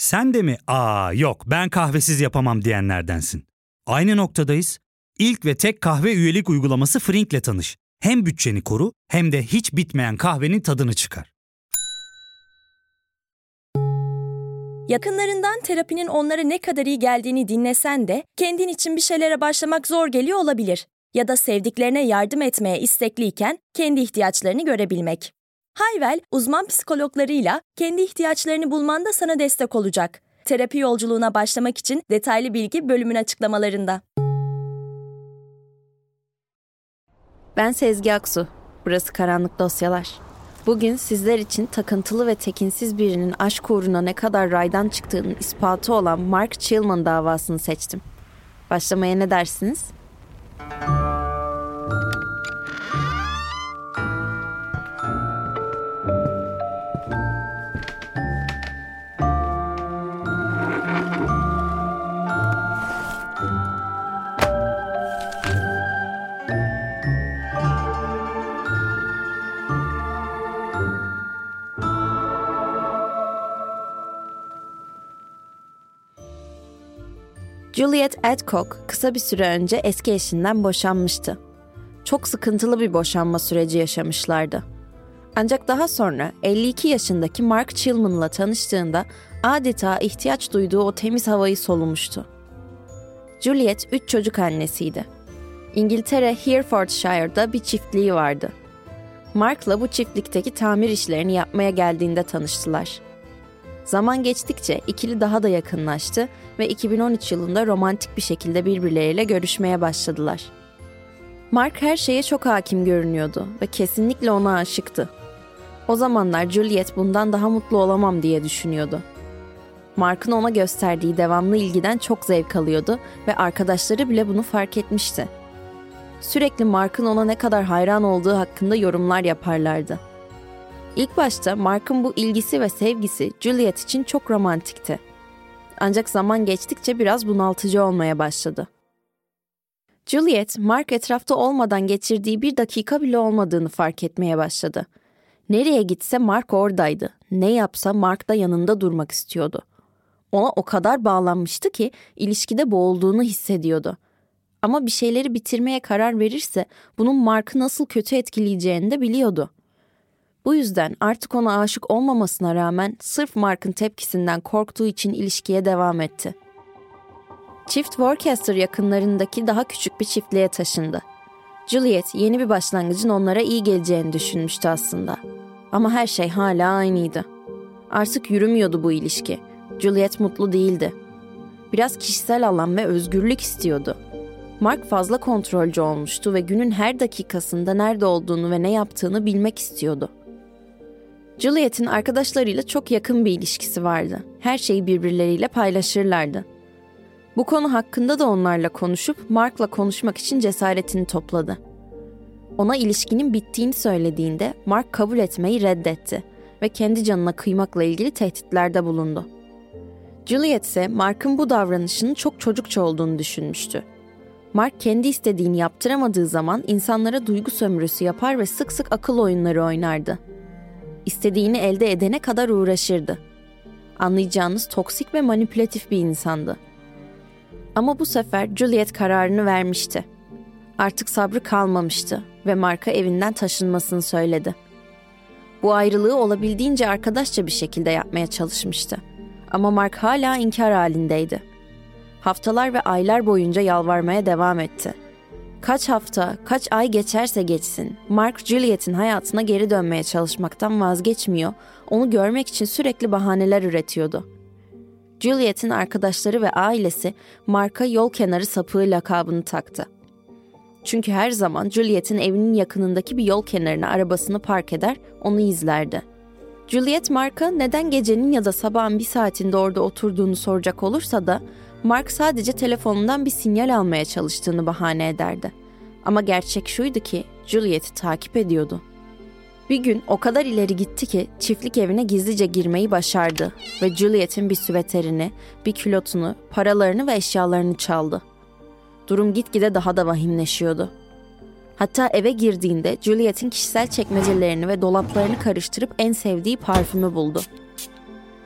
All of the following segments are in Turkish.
Sen de mi yok ben kahvesiz yapamam diyenlerdensin? Aynı noktadayız. İlk ve tek kahve üyelik uygulaması Frink'le tanış. Hem bütçeni koru hem de hiç bitmeyen kahvenin tadını çıkar. Yakınlarından terapinin onlara ne kadar iyi geldiğini dinlesen de kendin için bir şeylere başlamak zor geliyor olabilir. Ya da sevdiklerine yardım etmeye istekliyken kendi ihtiyaçlarını görebilmek. Hayvel, uzman psikologlarıyla kendi ihtiyaçlarını bulmanda sana destek olacak. Terapi yolculuğuna başlamak için detaylı bilgi bölümün açıklamalarında. Ben Sezgi Aksu. Burası Karanlık Dosyalar. Bugün sizler için takıntılı ve tekinsiz birinin aşk uğruna ne kadar raydan çıktığının ispatı olan Mark Chilman davasını seçtim. Başlamaya ne dersiniz? Juliet Adcock kısa bir süre önce eski eşinden boşanmıştı. Çok sıkıntılı bir boşanma süreci yaşamışlardı. Ancak daha sonra 52 yaşındaki Mark Chilman'la tanıştığında adeta ihtiyaç duyduğu o temiz havayı solumuştu. Juliet 3 çocuk annesiydi. İngiltere Herefordshire'da bir çiftliği vardı. Mark'la bu çiftlikteki tamir işlerini yapmaya geldiğinde tanıştılar. Zaman geçtikçe ikili daha da yakınlaştı ve 2013 yılında romantik bir şekilde birbirleriyle görüşmeye başladılar. Mark her şeye çok hakim görünüyordu ve kesinlikle ona aşıktı. O zamanlar Juliet bundan daha mutlu olamam diye düşünüyordu. Mark'ın ona gösterdiği devamlı ilgiden çok zevk alıyordu ve arkadaşları bile bunu fark etmişti. Sürekli Mark'ın ona ne kadar hayran olduğu hakkında yorumlar yaparlardı. İlk başta Mark'ın bu ilgisi ve sevgisi Juliet için çok romantikti. Ancak zaman geçtikçe biraz bunaltıcı olmaya başladı. Juliet, Mark etrafta olmadan geçirdiği bir dakika bile olmadığını fark etmeye başladı. Nereye gitse Mark oradaydı. Ne yapsa Mark da yanında durmak istiyordu. Ona o kadar bağlanmıştı ki ilişkide boğulduğunu hissediyordu. Ama bir şeyleri bitirmeye karar verirse bunun Mark'ı nasıl kötü etkileyeceğini de biliyordu. Bu yüzden artık ona aşık olmamasına rağmen sırf Mark'ın tepkisinden korktuğu için ilişkiye devam etti. Çift Worcester yakınlarındaki daha küçük bir çiftliğe taşındı. Juliet yeni bir başlangıcın onlara iyi geleceğini düşünmüştü aslında. Ama her şey hala aynıydı. Artık yürümüyordu bu ilişki. Juliet mutlu değildi. Biraz kişisel alan ve özgürlük istiyordu. Mark fazla kontrolcü olmuştu ve günün her dakikasında nerede olduğunu ve ne yaptığını bilmek istiyordu. Juliet'in arkadaşlarıyla çok yakın bir ilişkisi vardı. Her şeyi birbirleriyle paylaşırlardı. Bu konu hakkında da onlarla konuşup Mark'la konuşmak için cesaretini topladı. Ona ilişkinin bittiğini söylediğinde Mark kabul etmeyi reddetti ve kendi canına kıymakla ilgili tehditlerde bulundu. Juliet ise Mark'ın bu davranışının çok çocukça olduğunu düşünmüştü. Mark kendi istediğini yaptıramadığı zaman insanlara duygu sömürüsü yapar ve sık sık akıl oyunları oynardı. İstediğini elde edene kadar uğraşırdı. Anlayacağınız toksik ve manipülatif bir insandı. Ama bu sefer Juliet kararını vermişti. Artık sabrı kalmamıştı ve Mark'a evinden taşınmasını söyledi. Bu ayrılığı olabildiğince arkadaşça bir şekilde yapmaya çalışmıştı. Ama Mark hala inkar halindeydi. Haftalar ve aylar boyunca yalvarmaya devam etti. Kaç hafta, kaç ay geçerse geçsin, Mark Juliet'in hayatına geri dönmeye çalışmaktan vazgeçmiyor, onu görmek için sürekli bahaneler üretiyordu. Juliet'in arkadaşları ve ailesi Mark'a yol kenarı sapığı lakabını taktı. Çünkü her zaman Juliet'in evinin yakınındaki bir yol kenarına arabasını park eder, onu izlerdi. Juliet Mark'a neden gecenin ya da sabahın bir saatinde orada oturduğunu soracak olursa da Mark sadece telefonundan bir sinyal almaya çalıştığını bahane ederdi. Ama gerçek şuydu ki Juliet'i takip ediyordu. Bir gün o kadar ileri gitti ki çiftlik evine gizlice girmeyi başardı ve Juliet'in bir süveterini, bir külotunu, paralarını ve eşyalarını çaldı. Durum gitgide daha da vahimleşiyordu. Hatta eve girdiğinde Juliet'in kişisel çekmecelerini ve dolaplarını karıştırıp en sevdiği parfümü buldu.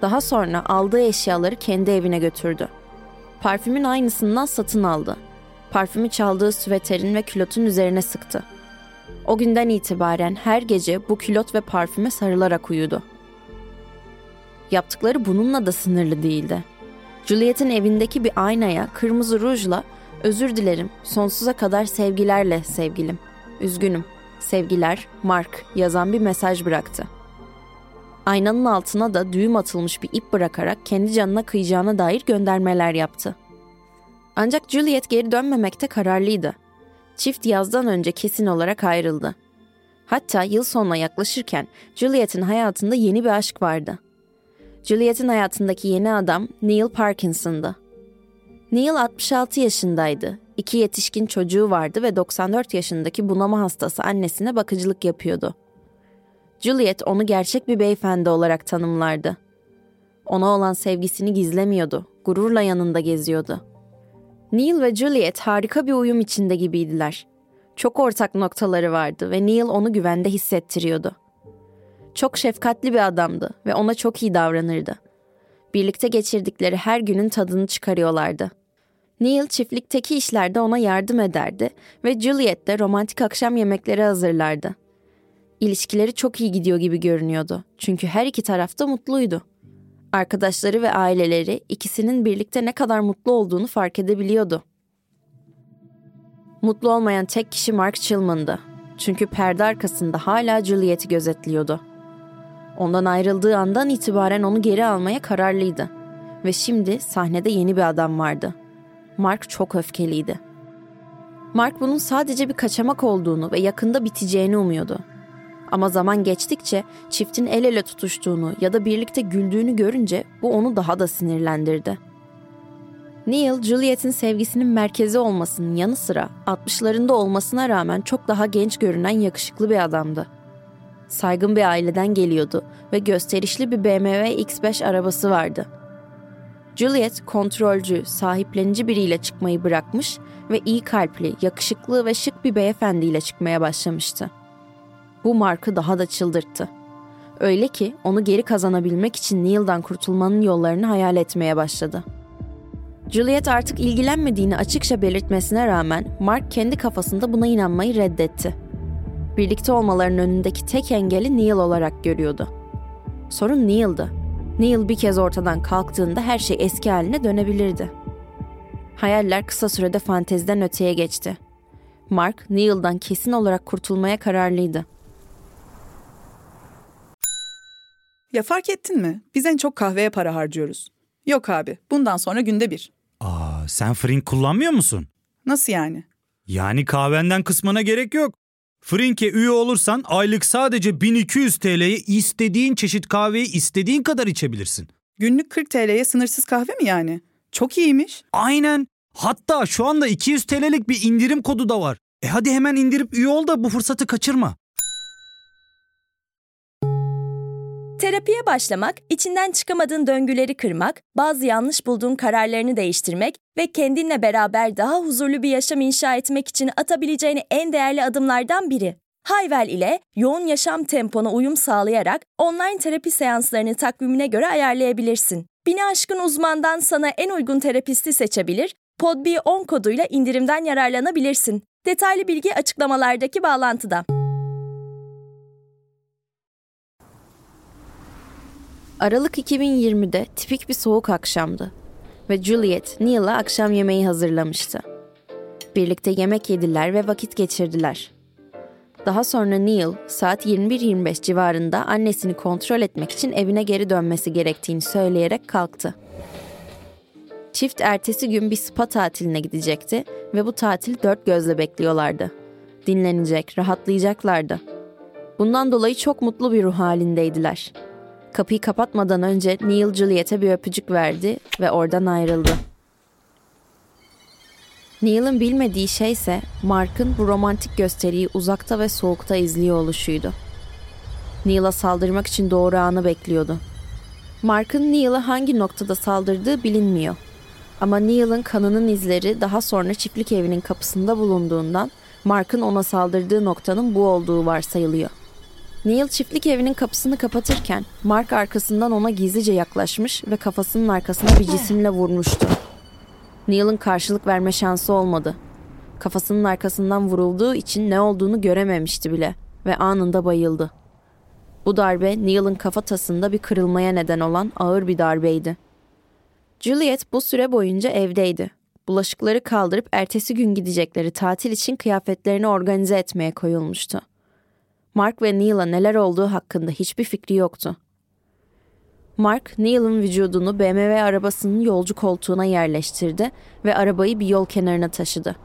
Daha sonra aldığı eşyaları kendi evine götürdü. Parfümün aynısından satın aldı. Parfümü çaldığı süveterin ve külotun üzerine sıktı. O günden itibaren her gece bu külot ve parfüme sarılarak uyudu. Yaptıkları bununla da sınırlı değildi. Juliet'in evindeki bir aynaya kırmızı rujla "Özür dilerim, sonsuza kadar sevgilerle sevgilim. Üzgünüm, sevgiler, Mark" yazan bir mesaj bıraktı. Aynanın altına da düğüm atılmış bir ip bırakarak kendi canına kıyacağına dair göndermeler yaptı. Ancak Juliet geri dönmemekte kararlıydı. Çift yazdan önce kesin olarak ayrıldı. Hatta yıl sonuna yaklaşırken Juliet'in hayatında yeni bir aşk vardı. Juliet'in hayatındaki yeni adam Neil Parkinson'dı. Neil 66 yaşındaydı. 2 yetişkin çocuğu vardı ve 94 yaşındaki bunama hastası annesine bakıcılık yapıyordu. Juliet onu gerçek bir beyefendi olarak tanımlardı. Ona olan sevgisini gizlemiyordu, gururla yanında geziyordu. Neil ve Juliet harika bir uyum içinde gibiydiler. Çok ortak noktaları vardı ve Neil onu güvende hissettiriyordu. Çok şefkatli bir adamdı ve ona çok iyi davranırdı. Birlikte geçirdikleri her günün tadını çıkarıyorlardı. Neil çiftlikteki işlerde ona yardım ederdi ve Juliet de romantik akşam yemekleri hazırlardı. İlişkileri çok iyi gidiyor gibi görünüyordu çünkü her iki taraf da mutluydu. Arkadaşları ve aileleri ikisinin birlikte ne kadar mutlu olduğunu fark edebiliyordu. Mutlu olmayan tek kişi Mark Chilman'dı. Çünkü perde arkasında hala Juliet'i gözetliyordu. Ondan ayrıldığı andan itibaren onu geri almaya kararlıydı. Ve şimdi sahnede yeni bir adam vardı. Mark çok öfkeliydi. Mark bunun sadece bir kaçamak olduğunu ve yakında biteceğini umuyordu. Ama zaman geçtikçe çiftin el ele tutuştuğunu ya da birlikte güldüğünü görünce bu onu daha da sinirlendirdi. Neil, Juliet'in sevgisinin merkezi olmasının yanı sıra 60'larında olmasına rağmen çok daha genç görünen yakışıklı bir adamdı. Saygın bir aileden geliyordu ve gösterişli bir BMW X5 arabası vardı. Juliet, kontrolcü, sahiplenici biriyle çıkmayı bırakmış ve iyi kalpli, yakışıklı ve şık bir beyefendiyle çıkmaya başlamıştı. Bu Mark'ı daha da çıldırttı. Öyle ki onu geri kazanabilmek için Neil'dan kurtulmanın yollarını hayal etmeye başladı. Juliet artık ilgilenmediğini açıkça belirtmesine rağmen Mark kendi kafasında buna inanmayı reddetti. Birlikte olmalarının önündeki tek engeli Neil olarak görüyordu. Sorun Neil'di. Neil bir kez ortadan kalktığında her şey eski haline dönebilirdi. Hayaller kısa sürede fanteziden öteye geçti. Mark, Neil'dan kesin olarak kurtulmaya kararlıydı. Ya fark ettin mi? Biz en çok kahveye para harcıyoruz. Yok abi, bundan sonra günde bir. Sen Frink kullanmıyor musun? Nasıl yani? Yani kahvenden kısmına gerek yok. Frink'e üye olursan aylık sadece 1200 TL'ye istediğin çeşit kahveyi istediğin kadar içebilirsin. Günlük 40 TL'ye sınırsız kahve mi yani? Çok iyiymiş. Aynen. Hatta şu anda 200 TL'lik bir indirim kodu da var. Hadi hemen indirip üye ol da bu fırsatı kaçırma. Terapiye başlamak, içinden çıkamadığın döngüleri kırmak, bazı yanlış bulduğun kararlarını değiştirmek ve kendinle beraber daha huzurlu bir yaşam inşa etmek için atabileceğin en değerli adımlardan biri. Hayvel ile yoğun yaşam tempona uyum sağlayarak online terapi seanslarını takvimine göre ayarlayabilirsin. 1000'i aşkın uzmandan sana en uygun terapisti seçebilir, PODB10 koduyla indirimden yararlanabilirsin. Detaylı bilgi açıklamalardaki bağlantıda. Aralık 2020'de tipik bir soğuk akşamdı ve Juliet, Neil'a akşam yemeği hazırlamıştı. Birlikte yemek yediler ve vakit geçirdiler. Daha sonra Neil, saat 21:25 civarında annesini kontrol etmek için evine geri dönmesi gerektiğini söyleyerek kalktı. Çift ertesi gün bir spa tatiline gidecekti ve bu tatil dört gözle bekliyorlardı. Dinlenecek, rahatlayacaklardı. Bundan dolayı çok mutlu bir ruh halindeydiler. Kapıyı kapatmadan önce Neil Juliet'e bir öpücük verdi ve oradan ayrıldı. Neil'in bilmediği şey ise Mark'ın bu romantik gösteriyi uzakta ve soğukta izliyor oluşuydu. Neil'a saldırmak için doğru anı bekliyordu. Mark'ın Neil'a hangi noktada saldırdığı bilinmiyor. Ama Neil'in kanının izleri daha sonra çiftlik evinin kapısında bulunduğundan Mark'ın ona saldırdığı noktanın bu olduğu varsayılıyor. Neil çiftlik evinin kapısını kapatırken Mark arkasından ona gizlice yaklaşmış ve kafasının arkasına bir cisimle vurmuştu. Neil'in karşılık verme şansı olmadı. Kafasının arkasından vurulduğu için ne olduğunu görememişti bile ve anında bayıldı. Bu darbe Neil'in kafatasında bir kırılmaya neden olan ağır bir darbeydi. Juliet bu süre boyunca evdeydi. Bulaşıkları kaldırıp ertesi gün gidecekleri tatil için kıyafetlerini organize etmeye koyulmuştu. Mark ve Neil'a neler olduğu hakkında hiçbir fikri yoktu. Mark, Neil'in vücudunu BMW arabasının yolcu koltuğuna yerleştirdi ve arabayı bir yol kenarına taşıdı.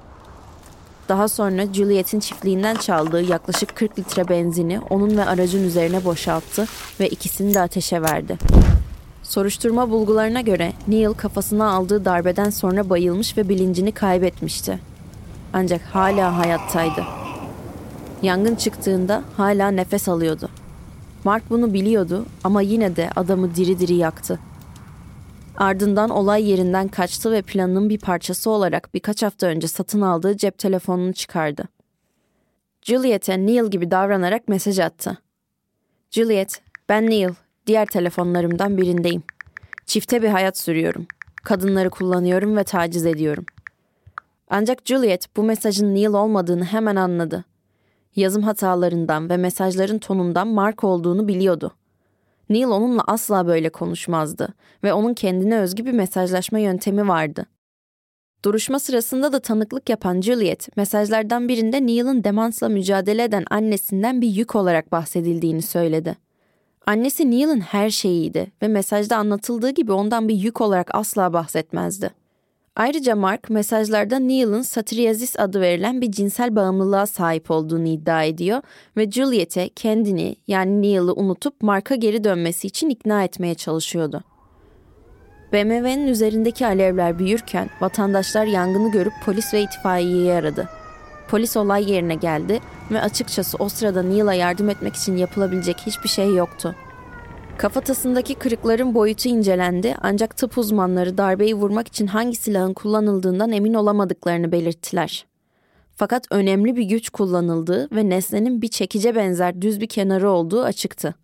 Daha sonra Juliet'in çiftliğinden çaldığı yaklaşık 40 litre benzini onun ve aracın üzerine boşalttı ve ikisini de ateşe verdi. Soruşturma bulgularına göre Neil kafasına aldığı darbeden sonra bayılmış ve bilincini kaybetmişti. Ancak hala hayattaydı. Yangın çıktığında hala nefes alıyordu. Mark bunu biliyordu ama yine de adamı diri diri yaktı. Ardından olay yerinden kaçtı ve planının bir parçası olarak birkaç hafta önce satın aldığı cep telefonunu çıkardı. Juliet'e Neil gibi davranarak mesaj attı. "Juliet, ben Neil. Diğer telefonlarımdan birindeyim. Çifte bir hayat sürüyorum. Kadınları kullanıyorum ve taciz ediyorum." Ancak Juliet bu mesajın Neil olmadığını hemen anladı. Yazım hatalarından ve mesajların tonundan Mark olduğunu biliyordu. Neil onunla asla böyle konuşmazdı ve onun kendine özgü bir mesajlaşma yöntemi vardı. Duruşma sırasında da tanıklık yapan Juliet, mesajlardan birinde Neil'in demansla mücadele eden annesinden bir yük olarak bahsedildiğini söyledi. Annesi Neil'in her şeyiydi ve mesajda anlatıldığı gibi ondan bir yük olarak asla bahsetmezdi. Ayrıca Mark, mesajlarda Neil'in satiriyazis adı verilen bir cinsel bağımlılığa sahip olduğunu iddia ediyor ve Juliet'e kendini yani Neil'i unutup Mark'a geri dönmesi için ikna etmeye çalışıyordu. BMW'nin üzerindeki alevler büyürken vatandaşlar yangını görüp polis ve itfaiyeyi aradı. Polis olay yerine geldi ve açıkçası o sırada Neil'a yardım etmek için yapılabilecek hiçbir şey yoktu. Kafatasındaki kırıkların boyutu incelendi ancak tıp uzmanları darbeyi vurmak için hangi silahın kullanıldığından emin olamadıklarını belirttiler. Fakat önemli bir güç kullanıldığı ve nesnenin bir çekice benzer düz bir kenarı olduğu açıktı.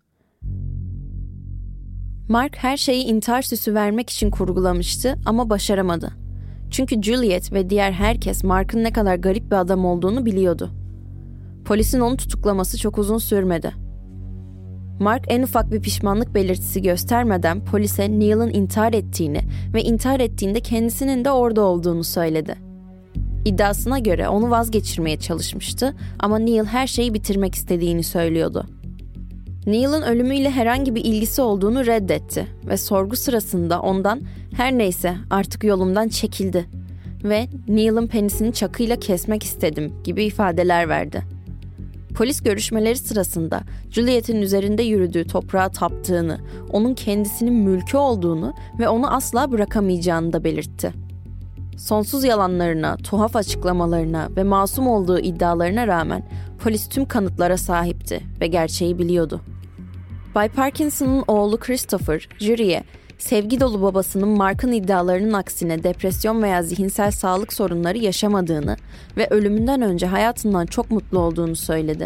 Mark her şeyi intihar süsü vermek için kurgulamıştı ama başaramadı. Çünkü Juliet ve diğer herkes Mark'ın ne kadar garip bir adam olduğunu biliyordu. Polisin onu tutuklaması çok uzun sürmedi. Mark en ufak bir pişmanlık belirtisi göstermeden polise Neil'in intihar ettiğini ve intihar ettiğinde kendisinin de orada olduğunu söyledi. İddiasına göre onu vazgeçirmeye çalışmıştı ama Neil her şeyi bitirmek istediğini söylüyordu. Neil'in ölümüyle herhangi bir ilgisi olduğunu reddetti ve sorgu sırasında ondan "her neyse artık yolumdan çekildi" ve "Neil'in penisini çakıyla kesmek istedim" gibi ifadeler verdi. Polis görüşmeleri sırasında Juliet'in üzerinde yürüdüğü toprağa taptığını, onun kendisinin mülkü olduğunu ve onu asla bırakamayacağını da belirtti. Sonsuz yalanlarına, tuhaf açıklamalarına ve masum olduğu iddialarına rağmen polis tüm kanıtlara sahipti ve gerçeği biliyordu. Bay Parkinson'ın oğlu Christopher, jüriye, sevgi dolu babasının Mark'ın iddialarının aksine depresyon veya zihinsel sağlık sorunları yaşamadığını ve ölümünden önce hayatından çok mutlu olduğunu söyledi.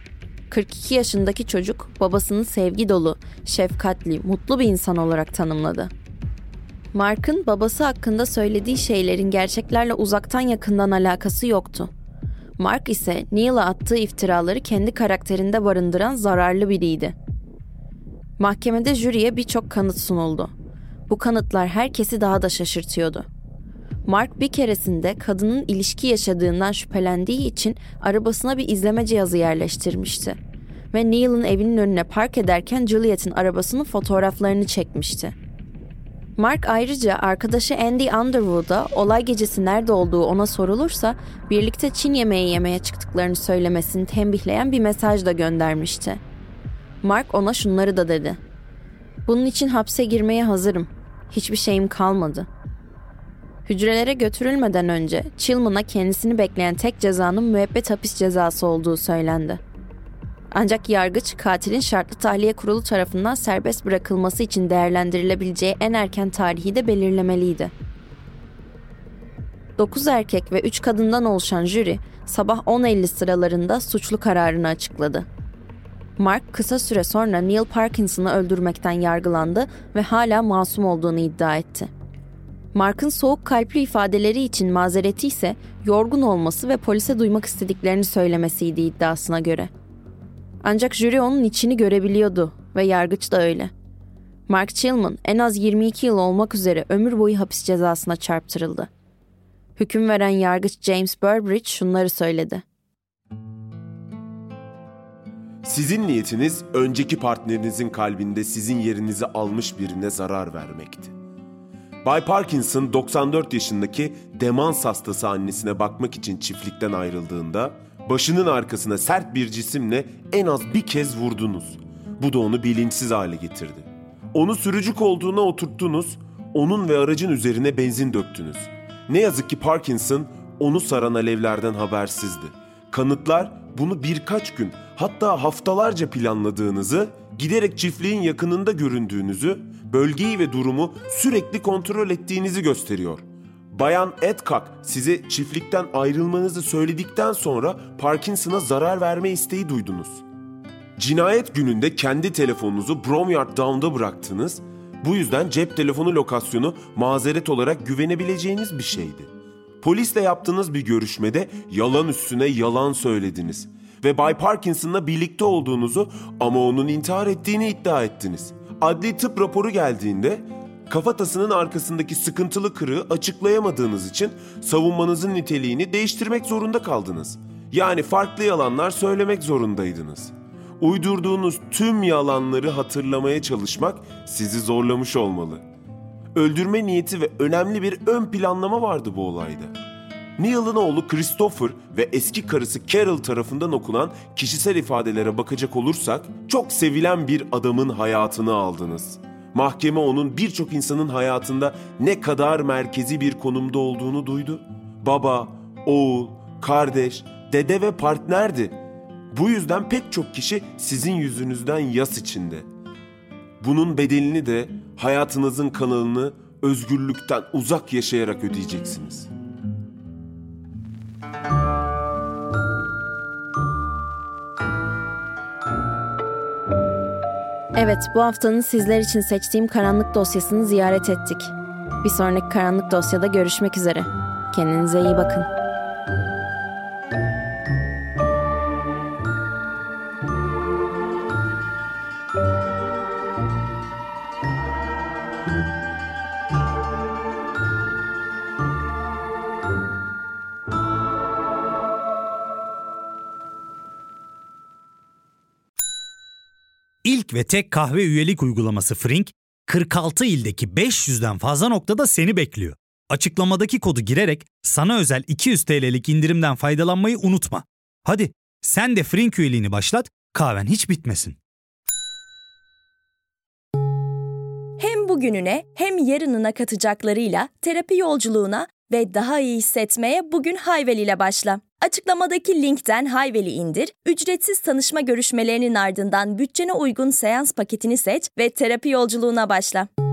42 yaşındaki çocuk babasını sevgi dolu, şefkatli, mutlu bir insan olarak tanımladı. Mark'ın babası hakkında söylediği şeylerin gerçeklerle uzaktan yakından alakası yoktu. Mark ise Neil'a attığı iftiraları kendi karakterinde barındıran zararlı biriydi. Mahkemede jüriye birçok kanıt sunuldu. Bu kanıtlar herkesi daha da şaşırtıyordu. Mark bir keresinde kadının ilişki yaşadığından şüphelendiği için arabasına bir izleme cihazı yerleştirmişti. Ve Neil'in evinin önüne park ederken Juliet'in arabasının fotoğraflarını çekmişti. Mark ayrıca arkadaşı Andy Underwood'a olay gecesi nerede olduğu ona sorulursa birlikte Çin yemeği yemeye çıktıklarını söylemesini tembihleyen bir mesaj da göndermişti. Mark ona şunları da dedi: "Bunun için hapse girmeye hazırım. Hiçbir şeyim kalmadı." Hücrelere götürülmeden önce Chilman'a kendisini bekleyen tek cezanın müebbet hapis cezası olduğu söylendi. Ancak yargıç katilin şartlı tahliye kurulu tarafından serbest bırakılması için değerlendirilebileceği en erken tarihi de belirlemeliydi. 9 erkek ve 3 kadından oluşan jüri sabah 10:50 sıralarında suçlu kararını açıkladı. Mark kısa süre sonra Neil Parkinson'ı öldürmekten yargılandı ve hala masum olduğunu iddia etti. Mark'ın soğuk kalpli ifadeleri için mazereti ise yorgun olması ve polise duymak istediklerini söylemesiydi iddiasına göre. Ancak jüri onun içini görebiliyordu ve yargıç da öyle. Mark Chilman en az 22 yıl olmak üzere ömür boyu hapis cezasına çarptırıldı. Hüküm veren yargıç James Burbridge şunları söyledi. Sizin niyetiniz önceki partnerinizin kalbinde sizin yerinizi almış birine zarar vermekti. Bay Parkinson 94 yaşındaki demans hastası annesine bakmak için çiftlikten ayrıldığında başının arkasına sert bir cisimle en az bir kez vurdunuz. Bu da onu bilinçsiz hale getirdi. Onu sürücü koltuğuna oturttunuz, onun ve aracın üzerine benzin döktünüz. Ne yazık ki Parkinson onu saran alevlerden habersizdi. Kanıtlar bunu birkaç gün hatta haftalarca planladığınızı, giderek çiftliğin yakınında göründüğünüzü, bölgeyi ve durumu sürekli kontrol ettiğinizi gösteriyor. Bayan Adcock size çiftlikten ayrılmanızı söyledikten sonra Parkinson'a zarar verme isteği duydunuz. Cinayet gününde kendi telefonunuzu Bromyard Down'da bıraktınız. Bu yüzden cep telefonu lokasyonu mazeret olarak güvenebileceğiniz bir şeydi. Polisle yaptığınız bir görüşmede yalan üstüne yalan söylediniz. Ve Bay Parkinson'la birlikte olduğunuzu ama onun intihar ettiğini iddia ettiniz. Adli tıp raporu geldiğinde kafatasının arkasındaki sıkıntılı kırığı açıklayamadığınız için savunmanızın niteliğini değiştirmek zorunda kaldınız. Yani farklı yalanlar söylemek zorundaydınız. Uydurduğunuz tüm yalanları hatırlamaya çalışmak sizi zorlamış olmalı. Öldürme niyeti ve önemli bir ön planlama vardı bu olayda. Neil'ın oğlu Christopher ve eski karısı Carol tarafından okunan kişisel ifadelere bakacak olursak, çok sevilen bir adamın hayatını aldınız. Mahkeme onun birçok insanın hayatında ne kadar merkezi bir konumda olduğunu duydu. Baba, oğul, kardeş, dede ve partnerdi. Bu yüzden pek çok kişi sizin yüzünüzden yas içinde. Bunun bedelini de hayatınızın kanalını özgürlükten uzak yaşayarak ödeyeceksiniz. Evet, bu haftanın sizler için seçtiğim karanlık dosyasını ziyaret ettik. Bir sonraki karanlık dosyada görüşmek üzere. Kendinize iyi bakın. İlk ve tek kahve üyelik uygulaması Frink, 46 ildeki 500'den fazla noktada seni bekliyor. Açıklamadaki kodu girerek sana özel 200 TL'lik indirimden faydalanmayı unutma. Hadi sen de Frink üyeliğini başlat, kahven hiç bitmesin. Hem bugününe hem yarınına katacaklarıyla terapi yolculuğuna ve daha iyi hissetmeye bugün Hayvel ile başla. Açıklamadaki linkten Hayvel'i indir, ücretsiz tanışma görüşmelerinin ardından bütçene uygun seans paketini seç ve terapi yolculuğuna başla.